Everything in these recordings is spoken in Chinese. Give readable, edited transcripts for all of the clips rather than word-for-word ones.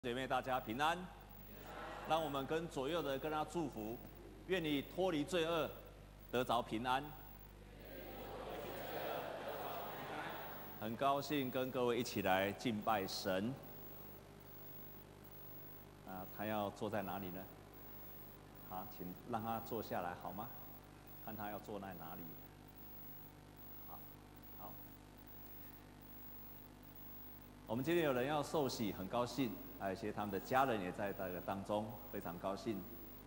姐妹，大家平安。让我们跟左右的跟他祝福，愿你脱离罪恶，得着平安。很高兴跟各位一起来敬拜神。他要坐在哪里呢？好，请让他坐下来好吗？看他要坐在哪里。好。我们今天有人要受洗，很高兴。还有一些他们的家人也在这个当中，非常高兴。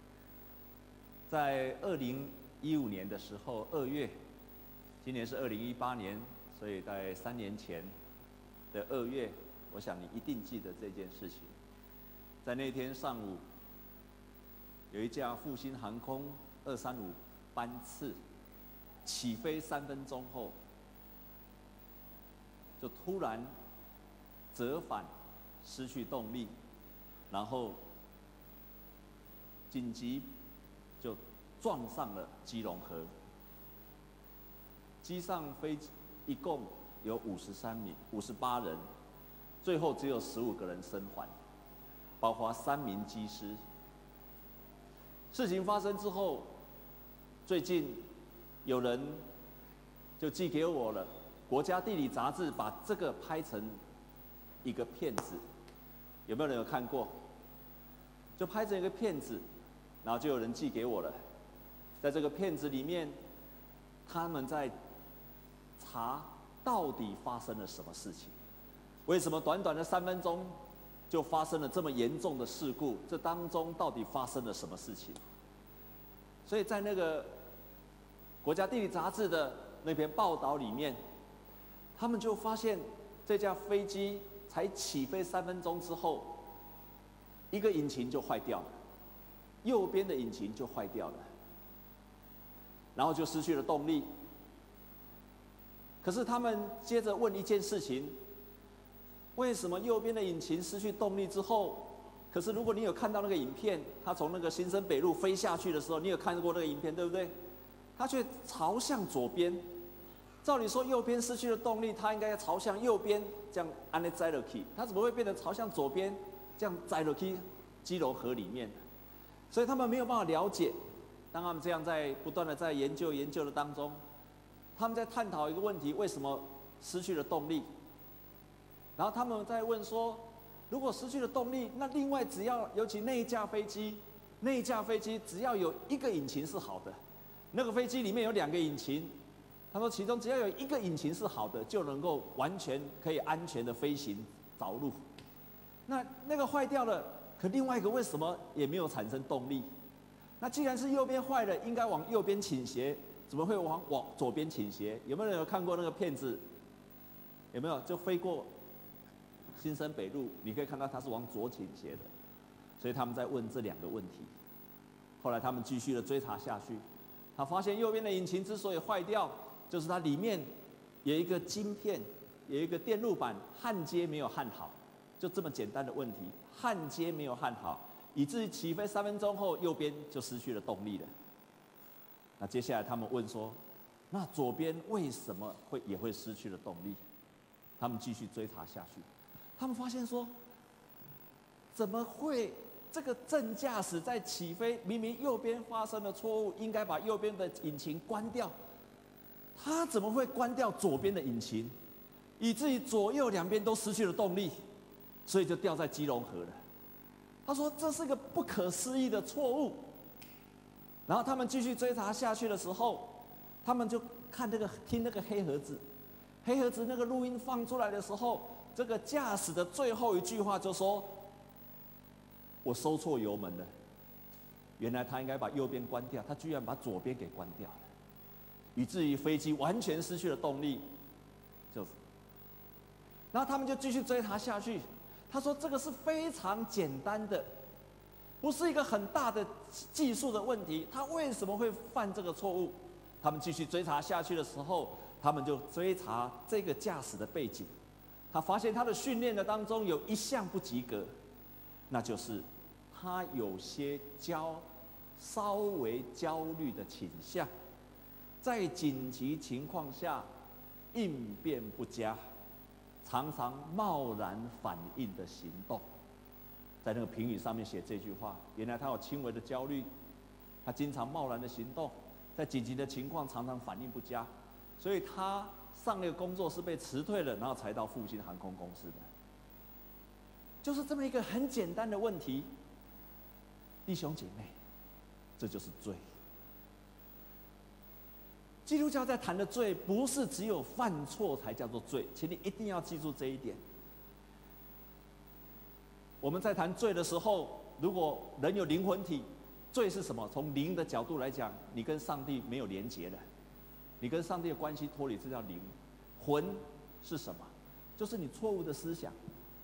在2015年的时候2月，今年是2018年，所以在3年前的2月，我想你一定记得这件事情。在那天上午，有一架复兴航空235班次起飞3分钟后，就突然折返。失去动力，然后紧急就撞上了基隆河。机上飞机一共有58人，最后只有15个人生还，包括3名机师。事情发生之后，最近有人就寄给我了，国家地理杂志把这个拍成一个片子。有没有人有看过？就拍成一个片子，然后就有人寄给我了。在这个片子里面，他们在查到底发生了什么事情？为什么短短的3分钟就发生了这么严重的事故？这当中到底发生了什么事情？所以在那个国家地理杂志的那篇报道里面，他们就发现这架飞机才起飞3分钟之后，一个引擎就坏掉了，右边的引擎就坏掉了，然后就失去了动力。可是他们接着问一件事情：为什么右边的引擎失去动力之后，可是如果你有看到那个影片，它从那个新生北路飞下去的时候，你有看过那个影片对不对？它却朝向左边。照理说，右边失去了动力，它应该要朝向右边，这样安内栽了去。它怎么会变成朝向左边，这样栽了去基隆河里面？所以他们没有办法了解。当他们这样在不断的在研究的当中，他们在探讨一个问题：为什么失去了动力？然后他们在问说，如果失去了动力，那另外只要尤其那一架飞机只要有一个引擎是好的，那个飞机里面有2个引擎。他说，其中只要有一个引擎是好的，就能够完全可以安全的飞行着陆。那个坏掉了，可另外一个为什么也没有产生动力？那既然是右边坏了，应该往右边倾斜，怎么会往左边倾斜？有没有人有看过那个片子？有没有？就飞过新生北路，你可以看到它是往左倾斜的。所以他们在问这2个问题。后来他们继续的追查下去，他发现右边的引擎之所以坏掉，就是它里面有一个晶片，有一个电路板焊接没有焊好，就这么简单的问题，焊接没有焊好，以至于起飞3分钟后，右边就失去了动力了。那接下来他们问说，那左边为什么也会失去了动力？他们继续追查下去，他们发现说，怎么会这个正驾驶在起飞，明明右边发生了错误，应该把右边的引擎关掉，他怎么会关掉左边的引擎，以至于左右2边都失去了动力，所以就掉在基隆河了。他说这是个不可思议的错误。然后他们继续追查下去的时候，他们就听那个黑盒子那个录音放出来的时候，这个驾驶的最后一句话就说：“我收错油门了。”原来他应该把右边关掉，他居然把左边给关掉了，以至于飞机完全失去了动力。然后他们就继续追查下去。他说这个是非常简单的，不是一个很大的技术的问题，他为什么会犯这个错误？他们继续追查下去的时候，他们就追查这个驾驶的背景。他发现他的训练的当中有一项不及格，那就是他有些稍微焦虑的倾向，在紧急情况下应变不佳，常常贸然反应的行动。 在那个评语上面写这句话。原来他有轻微的焦虑，他经常贸然的行动，在紧急的情况常常反应不佳，所以他上那个工作是被辞退了，然后才到复兴航空公司的。就是这么一个很简单的问题，弟兄姐妹，这就是罪。基督教在谈的罪，不是只有犯错才叫做罪，请你一定要记住这一点。我们在谈罪的时候，如果人有灵魂体，罪是什么？从灵的角度来讲，你跟上帝没有连结的，你跟上帝的关系脱离，这叫灵。魂是什么？就是你错误的思想，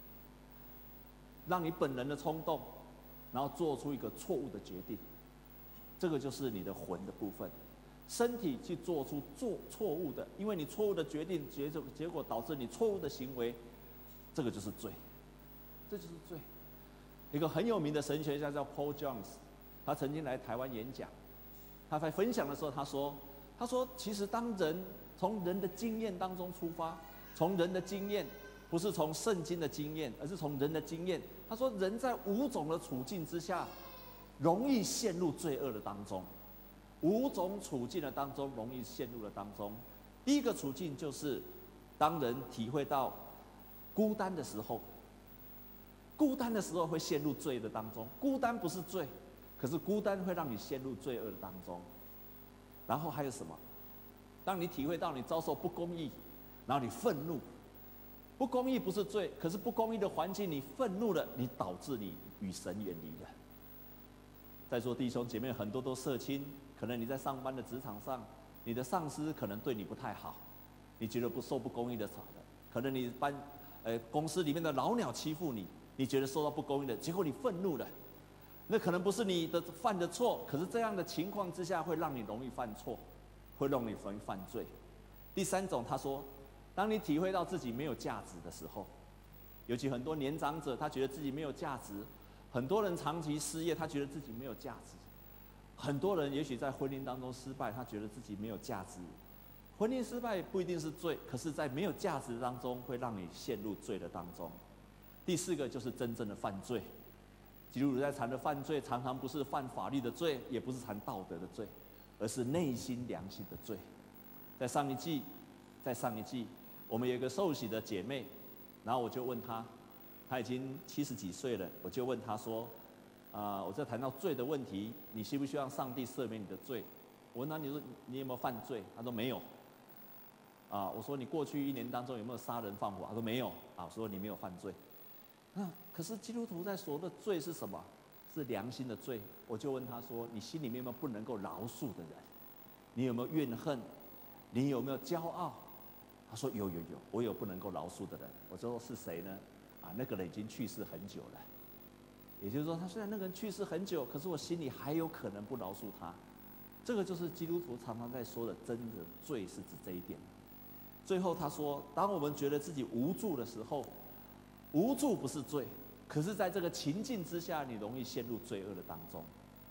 让你本能的冲动，然后做出一个错误的决定，这个就是你的魂的部分。身体去做出错误的，因为你错误的决定，结果导致你错误的行为，这个就是罪，这就是罪。一个很有名的神学家叫 Paul Jones， 他曾经来台湾演讲，他在分享的时候他说，其实当人从人的经验当中出发，从人的经验，不是从圣经的经验，而是从人的经验。他说，人在5种的处境之下，容易陷入罪恶的当中。5种处境的当中，容易陷入的当中。第一个处境就是，当人体会到孤单的时候，孤单的时候会陷入罪的当中。孤单不是罪，可是孤单会让你陷入罪恶的当中。然后还有什么？当你体会到你遭受不公义，然后你愤怒。不公义不是罪，可是不公义的环境你愤怒了，你导致你与神远离了。在座弟兄姐妹很多都社青，可能你在上班的职场上，你的上司可能对你不太好，你觉得受不公义的吵的，可能你公司里面的老鸟欺负你，你觉得受到不公义的，结果你愤怒了。那可能不是你的犯的错，可是这样的情况之下会让你容易犯错，会让你容易犯罪。第3种，他说，当你体会到自己没有价值的时候，尤其很多年长者，他觉得自己没有价值。很多人长期失业，他觉得自己没有价值。很多人也许在婚姻当中失败，他觉得自己没有价值。婚姻失败不一定是罪，可是在没有价值当中，会让你陷入罪的当中。第4个就是真正的犯罪。基督徒在谈的犯罪，常常不是犯法律的罪，也不是谈道德的罪，而是内心良心的罪。在上一季，我们有一个受洗的姐妹，然后我就问她，她已经70几岁了，我就问她说，我在谈到罪的问题，你希不希望上帝赦免你的罪？我问她，你说你有没有犯罪？她说没有。我说你过去1年当中有没有杀人放火？她说没有。我说你没有犯罪。可是基督徒在说的罪是什么？是良心的罪。我就问她说，你心里面有没有不能够饶恕的人？你有没有怨恨？你有没有骄傲？她说有，我有不能够饶恕的人。我说是谁呢？那个人已经去世很久了。也就是说，他虽然那个人去世很久，可是我心里还有可能不饶恕他。这个就是基督徒常常在说的真的罪，是指这一点。最后他说，当我们觉得自己无助的时候，无助不是罪，可是在这个情境之下，你容易陷入罪恶的当中。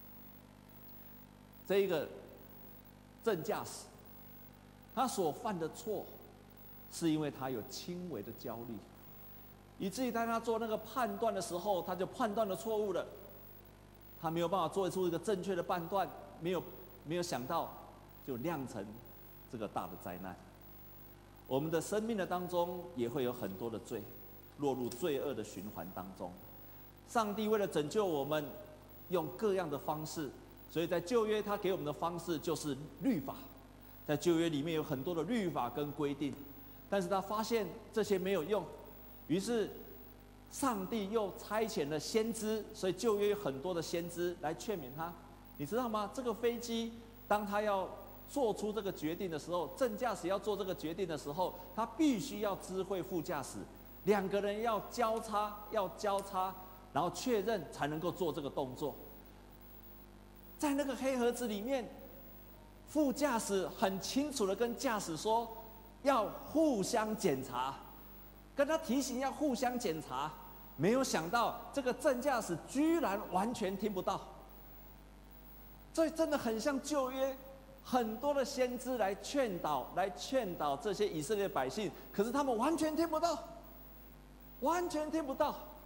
这一个正驾驶，他所犯的错，是因为他有轻微的焦虑，以至于当他做那个判断的时候，他就判断了错误了，他没有办法做出一个正确的判断，没有想到，就酿成这个大的灾难。我们的生命的当中也会有很多的罪，落入罪恶的循环当中。上帝为了拯救我们，用各样的方式，所以在旧约他给我们的方式就是律法，在旧约里面有很多的律法跟规定，但是他发现这些没有用，于是上帝又差遣了先知，所以旧约有很多的先知来劝勉他。你知道吗？这个飞机当他要做出这个决定的时候，正驾驶要做这个决定的时候，他必须要知会副驾驶，2个人要交叉，然后确认才能够做这个动作。在那个黑盒子里面，副驾驶很清楚的跟驾驶说，要互相检查，跟他提醒要互相检查。没有想到这个正驾驶居然完全听不到。这真的很像旧约很多的先知来劝导这些以色列百姓，可是他们完全听不到，完全听不到。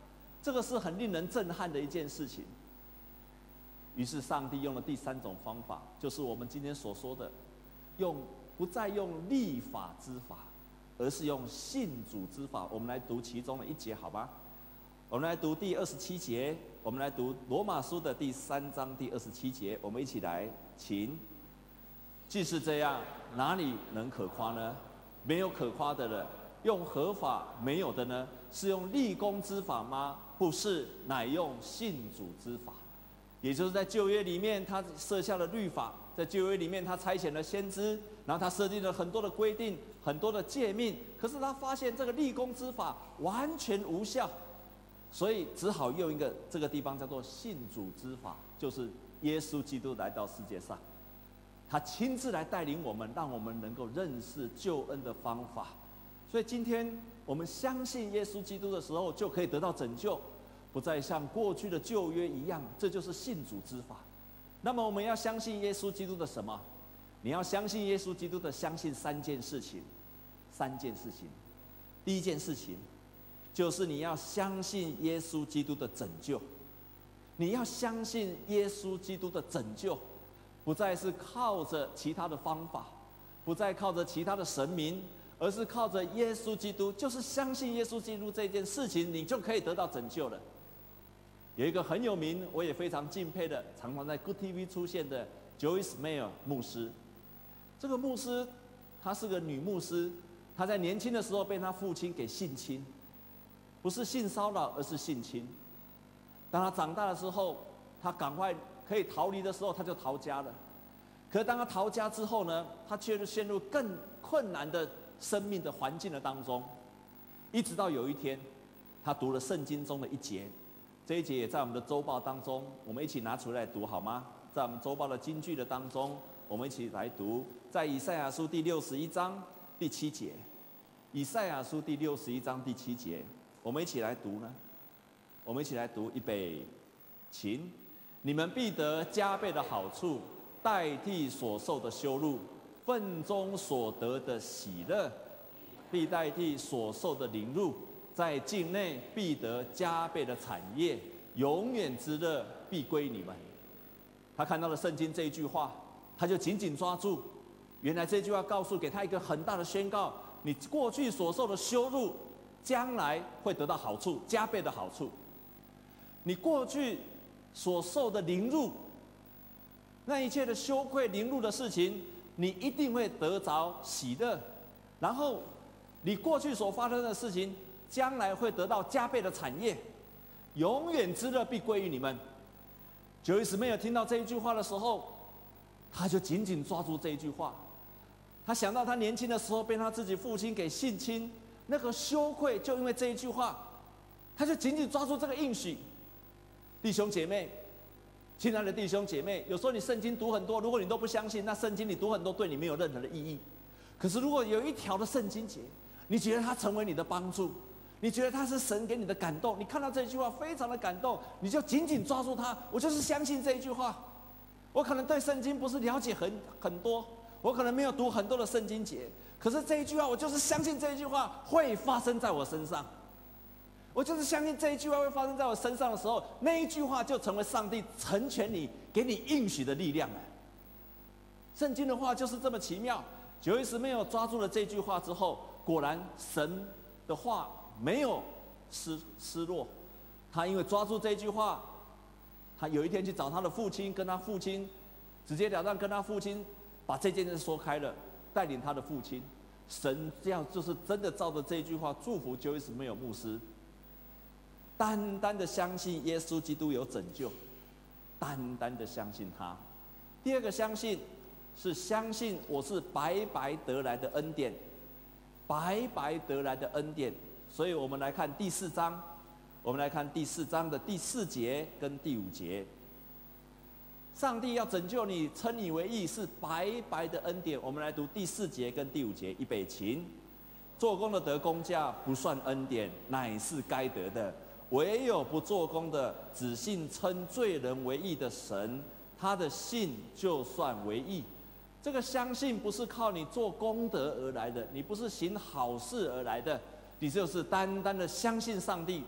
这个是很令人震撼的一件事情。于是上帝用了第三种方法，就是我们今天所说的，不再用律法之法，而是用信主之法。我们来读其中的一节，好吧？我们来读第27节，我们来读罗马书的第3章第27节，我们一起来，请。既是这样，哪里能可夸呢？没有可夸的了。用何法没有的呢？是用立功之法吗？不是，乃用信主之法。也就是在旧约里面，他设下了律法；在旧约里面，他差遣了先知，然后他设定了很多的规定、很多的诫命。可是他发现这个立功之法完全无效，所以只好用一个这个地方叫做信主之法，就是耶稣基督来到世界上，他亲自来带领我们，让我们能够认识救恩的方法。所以今天我们相信耶稣基督的时候，就可以得到拯救。不再像过去的旧约一样，这就是信主之法。那么我们要相信耶稣基督的什么？你要相信耶稣基督的，相信3件事情。3件事情。第一件事情，就是你要相信耶稣基督的拯救。你要相信耶稣基督的拯救，不再是靠着其他的方法，不再靠着其他的神明，而是靠着耶稣基督。就是相信耶稣基督这件事情，你就可以得到拯救了。有一个很有名，我也非常敬佩的，常常在 Good TV 出现的 Joyce Meyer 牧师。这个牧师，她是个女牧师，她在年轻的时候被她父亲给性侵，不是性骚扰，而是性侵。当她长大的时候，她赶快可以逃离的时候，她就逃家了。可是当她逃家之后呢，她却陷入更困难的生命的环境的当中，一直到有一天，她读了圣经中的一节。这一节也在我们的周报当中，我们一起拿出来读好吗？在我们周报的金句的当中，我们一起来读，在以赛亚书第61章第7节。以赛亚书第61章第7节，我们一起来读呢。我们一起来读，预备，请。你们必得加倍的好处，代替所受的羞辱；份中所得的喜乐，必代替所受的凌辱。在境内必得加倍的产业，永远之乐必归你们。他看到了圣经这一句话，他就紧紧抓住。原来这句话给他一个很大的宣告：你过去所受的羞辱，将来会得到好处，加倍的好处；你过去所受的凌辱，那一切的羞愧凌辱的事情，你一定会得着喜乐。然后你过去所发生的事情，将来会得到加倍的产业，永远之乐必归于你们。Joyce Meyer听到这一句话的时候，他就紧紧抓住这一句话。他想到他年轻的时候被他自己父亲给性侵，那个羞愧就因为这一句话，他就紧紧抓住这个应许。弟兄姐妹，亲爱的弟兄姐妹，有时候你圣经读很多，如果你都不相信，那圣经你读很多对你没有任何的意义。可是如果有一条的圣经节，你觉得它成为你的帮助，你觉得它是神给你的感动，你看到这句话非常的感动，你就紧紧抓住它。我就是相信这一句话。我可能对圣经不是了解很多，我可能没有读很多的圣经节，可是这一句话，我就是相信这一句话会发生在我身上。我就是相信这一句话会发生在我身上的时候，那一句话就成为上帝成全你、给你应许的力量了。圣经的话就是这么奇妙。Joyce Meyer抓住了这句话之后，果然神的话没有失落。他因为抓住这句话，他有一天去找他的父亲，跟他父亲直截了当跟他父亲把这件事说开了，带领他的父亲。神这样就是真的照着这句话祝福Joyce Meyer牧师，单单的相信耶稣基督有拯救，单单的相信他。第二个相信是相信我是白白得来的恩典，白白得来的恩典。所以我们来看第4章，我们来看第4章的第4节跟第5节。上帝要拯救你，称你为义，是白白的恩典。我们来读第4节跟第5节，预备，请。做工的得工价，不算恩典，乃是该得的。唯有不做工的，只信称罪人为义的神，他的信就算为义。这个相信不是靠你做功德而来的，你不是行好事而来的，你就是单单的相信上帝，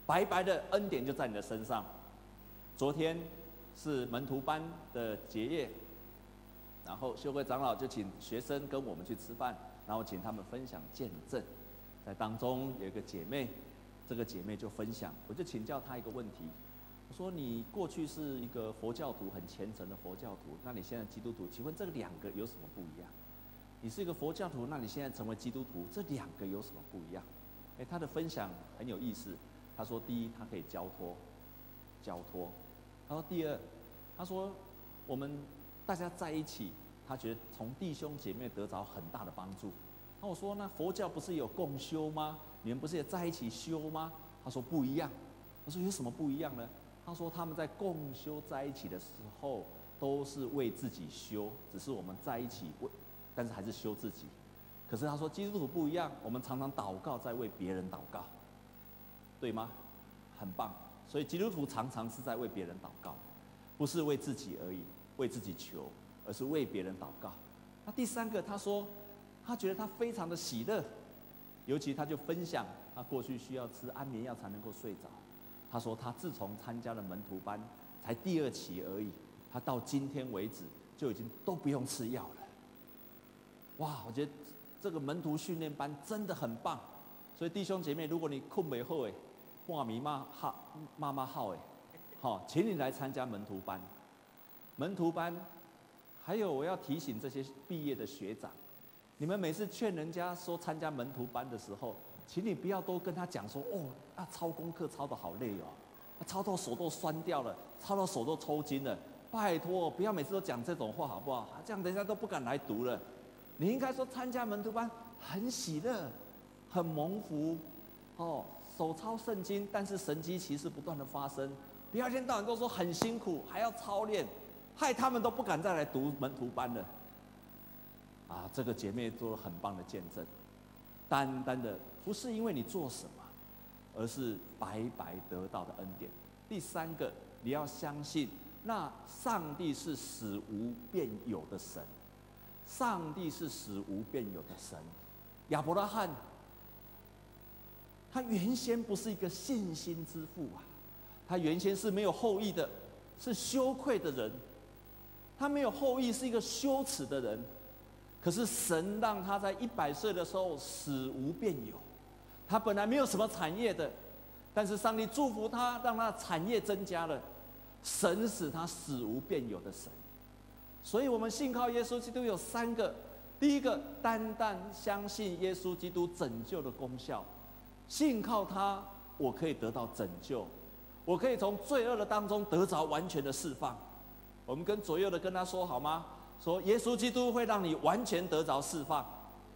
白白的恩典就在你的身上。昨天是门徒班的结业，然后修会长老就请学生跟我们去吃饭，然后请他们分享见证。在当中有一个姐妹，这个姐妹就分享，我就请教她一个问题，我说你过去是一个佛教徒，很虔诚的佛教徒，那你现在基督徒，请问这两个有什么不一样？你是一个佛教徒，那你现在成为基督徒，这两个有什么不一样？她的分享很有意思。她说，第一，她可以交托。她说，第二，她说我们大家在一起，她觉得从弟兄姐妹得着很大的帮助。那我说，那佛教不是有共修吗？你们不是也在一起修吗？她说不一样。我说有什么不一样呢？她说他们在共修在一起的时候，都是为自己修，只是我们在一起但是还是修自己。可是她说基督徒不一样，我们常常祷告在为别人祷告，对吗？很棒。所以基督徒常常是在为别人祷告，不是为自己而已，为自己求，而是为别人祷告。那第三个，她说她觉得她非常的喜乐，尤其她就分享她过去需要吃安眠药才能够睡着。她说她自从参加了门徒班，才第2期而已，她到今天为止就已经都不用吃药了。哇，我觉得这个门徒训练班真的很棒。所以弟兄姐妹，如果你困不好诶，半暝妈妈好诶，请你来参加门徒班。门徒班，还有我要提醒这些毕业的学长，你们每次劝人家说参加门徒班的时候，请你不要都跟他讲说抄功课抄得好累哦，抄到手都酸掉了，抄到手都抽筋了。拜托，不要每次都讲这种话好不好？这样人家都不敢来读了。你应该说参加门徒班很喜乐，很蒙福，手抄圣经，但是神迹奇事不断的发生。不要一天到晚都说很辛苦，还要操练，害他们都不敢再来读门徒班了。这个姐妹做了很棒的见证，单单的不是因为你做什么，而是白白得到的恩典。第三个，你要相信，那上帝是使无变有的神。上帝是使无变有的神。亚伯拉罕，他原先不是一个信心之父啊，他原先是没有后裔的，是羞愧的人。他没有后裔，是一个羞耻的人。可是神让他在100岁的时候使无变有。他本来没有什么产业的，但是上帝祝福他，让他的产业增加了。神使他使无变有的神。所以我们信靠耶稣基督有3个。第一个，单单相信耶稣基督拯救的功效，信靠他，我可以得到拯救，我可以从罪恶的当中得着完全的释放。我们跟左右的跟他说好吗？说耶稣基督会让你完全得着释放。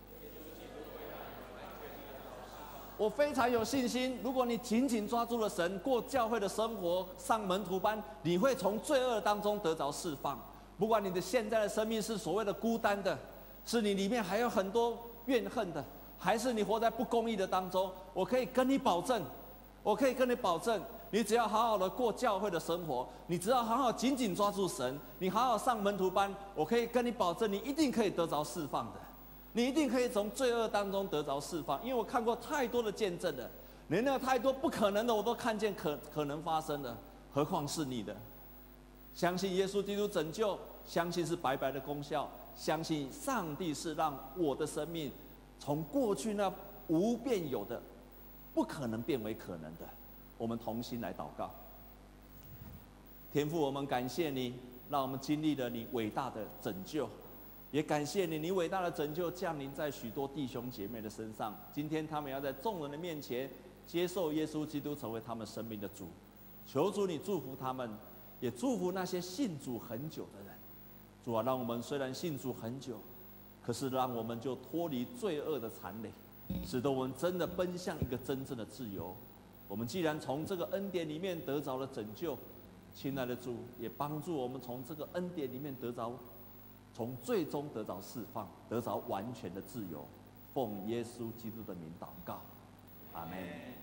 我非常有信心，如果你紧紧抓住了神，过教会的生活，上门徒班，你会从罪恶当中得着释放。不管你的现在的生命是所谓的孤单的，是你里面还有很多怨恨的，还是你活在不公义的当中，我可以跟你保证，你只要好好的过教会的生活，你只要好好紧紧抓住神，你好好上门徒班，我可以跟你保证，你一定可以得着释放的，你一定可以从罪恶当中得着释放。因为我看过太多的见证了，连那太多不可能的我都看见可能发生的，何况是你的。相信耶稣基督拯救，相信是白白的功效，相信上帝是让我的生命从过去那无变有的不可能变为可能的。我们同心来祷告。天父，我们感谢你，让我们经历了你伟大的拯救，也感谢你，你伟大的拯救降临在许多弟兄姐妹的身上。今天他们要在众人的面前接受耶稣基督成为他们生命的主。求主你祝福他们，也祝福那些信主很久的人。主啊，让我们虽然信主很久，可是让我们就脱离罪恶的缠累，使得我们真的奔向一个真正的自由。我们既然从这个恩典里面得着了拯救，亲爱的主，也帮助我们从这个恩典里面得着，从最终得着释放，得着完全的自由。奉耶稣基督的名祷告，阿们。